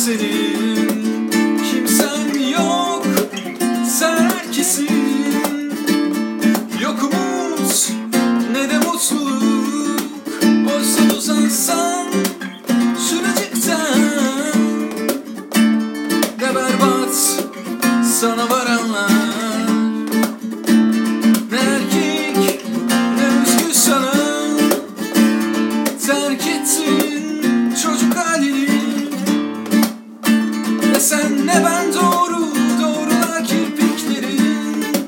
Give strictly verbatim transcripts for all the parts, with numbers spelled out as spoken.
senin, kimsen yok, sen herkesin. Yok umut ne de mutluluk, oysa uzansan şuracıktan. Ne berbat sana varanlar, ne erkek ne üzgün sana. Terk ettin çocuk halini, ne sen ne ben doğru doğrular kirpiklerin.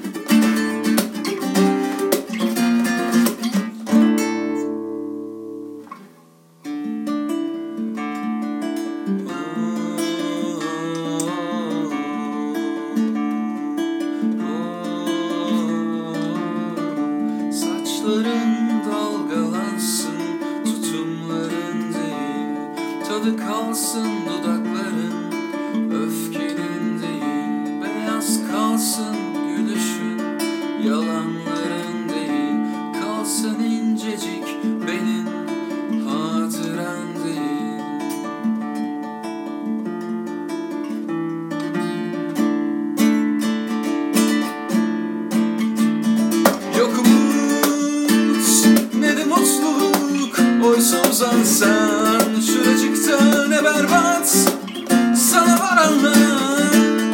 Saçların dalgalansın, tutumların değil, tadı kalsın dudakların, öfkenin değil. Beyaz kalsın gülüşün, yalanların değil, kalsın incecik benim hatıran değil. Yok umut ne de mutluluk, oysa uzansan şuracıkta. Ne berbat sana varanlar,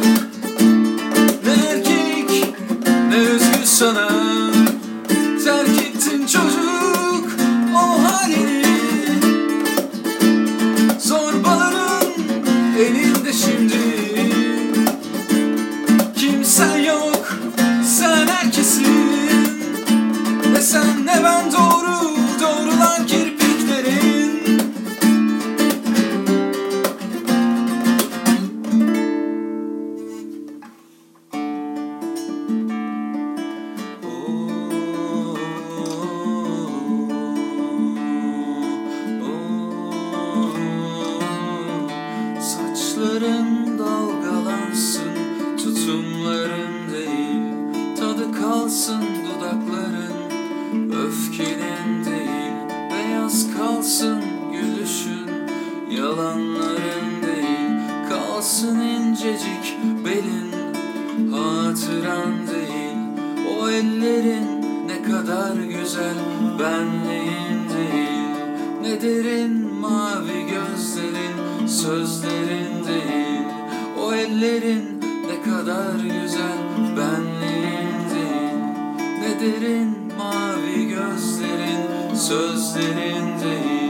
ne erkek ne üzgün sana. Terk ettin çocuk o halini, zorbaların elinde şimdi. Kimsen yok, sen herkesin, ne sen ne ben doğru doğrulan kirpiklerin. Saçların dalgalansın, tutumların değil, tadı kalsın dudakların, öfkenin değil. Beyaz kalsın gülüşün, yalanların değil, kalsın incecik belin hatıran değil. O ellerin ne kadar güzel, benliğin değil. Ne derin mavi gözlerin, sözlerin değil. O ellerin ne kadar güzel, benliğin değil. Ne derin mavi gözlerin, sözlerin değil.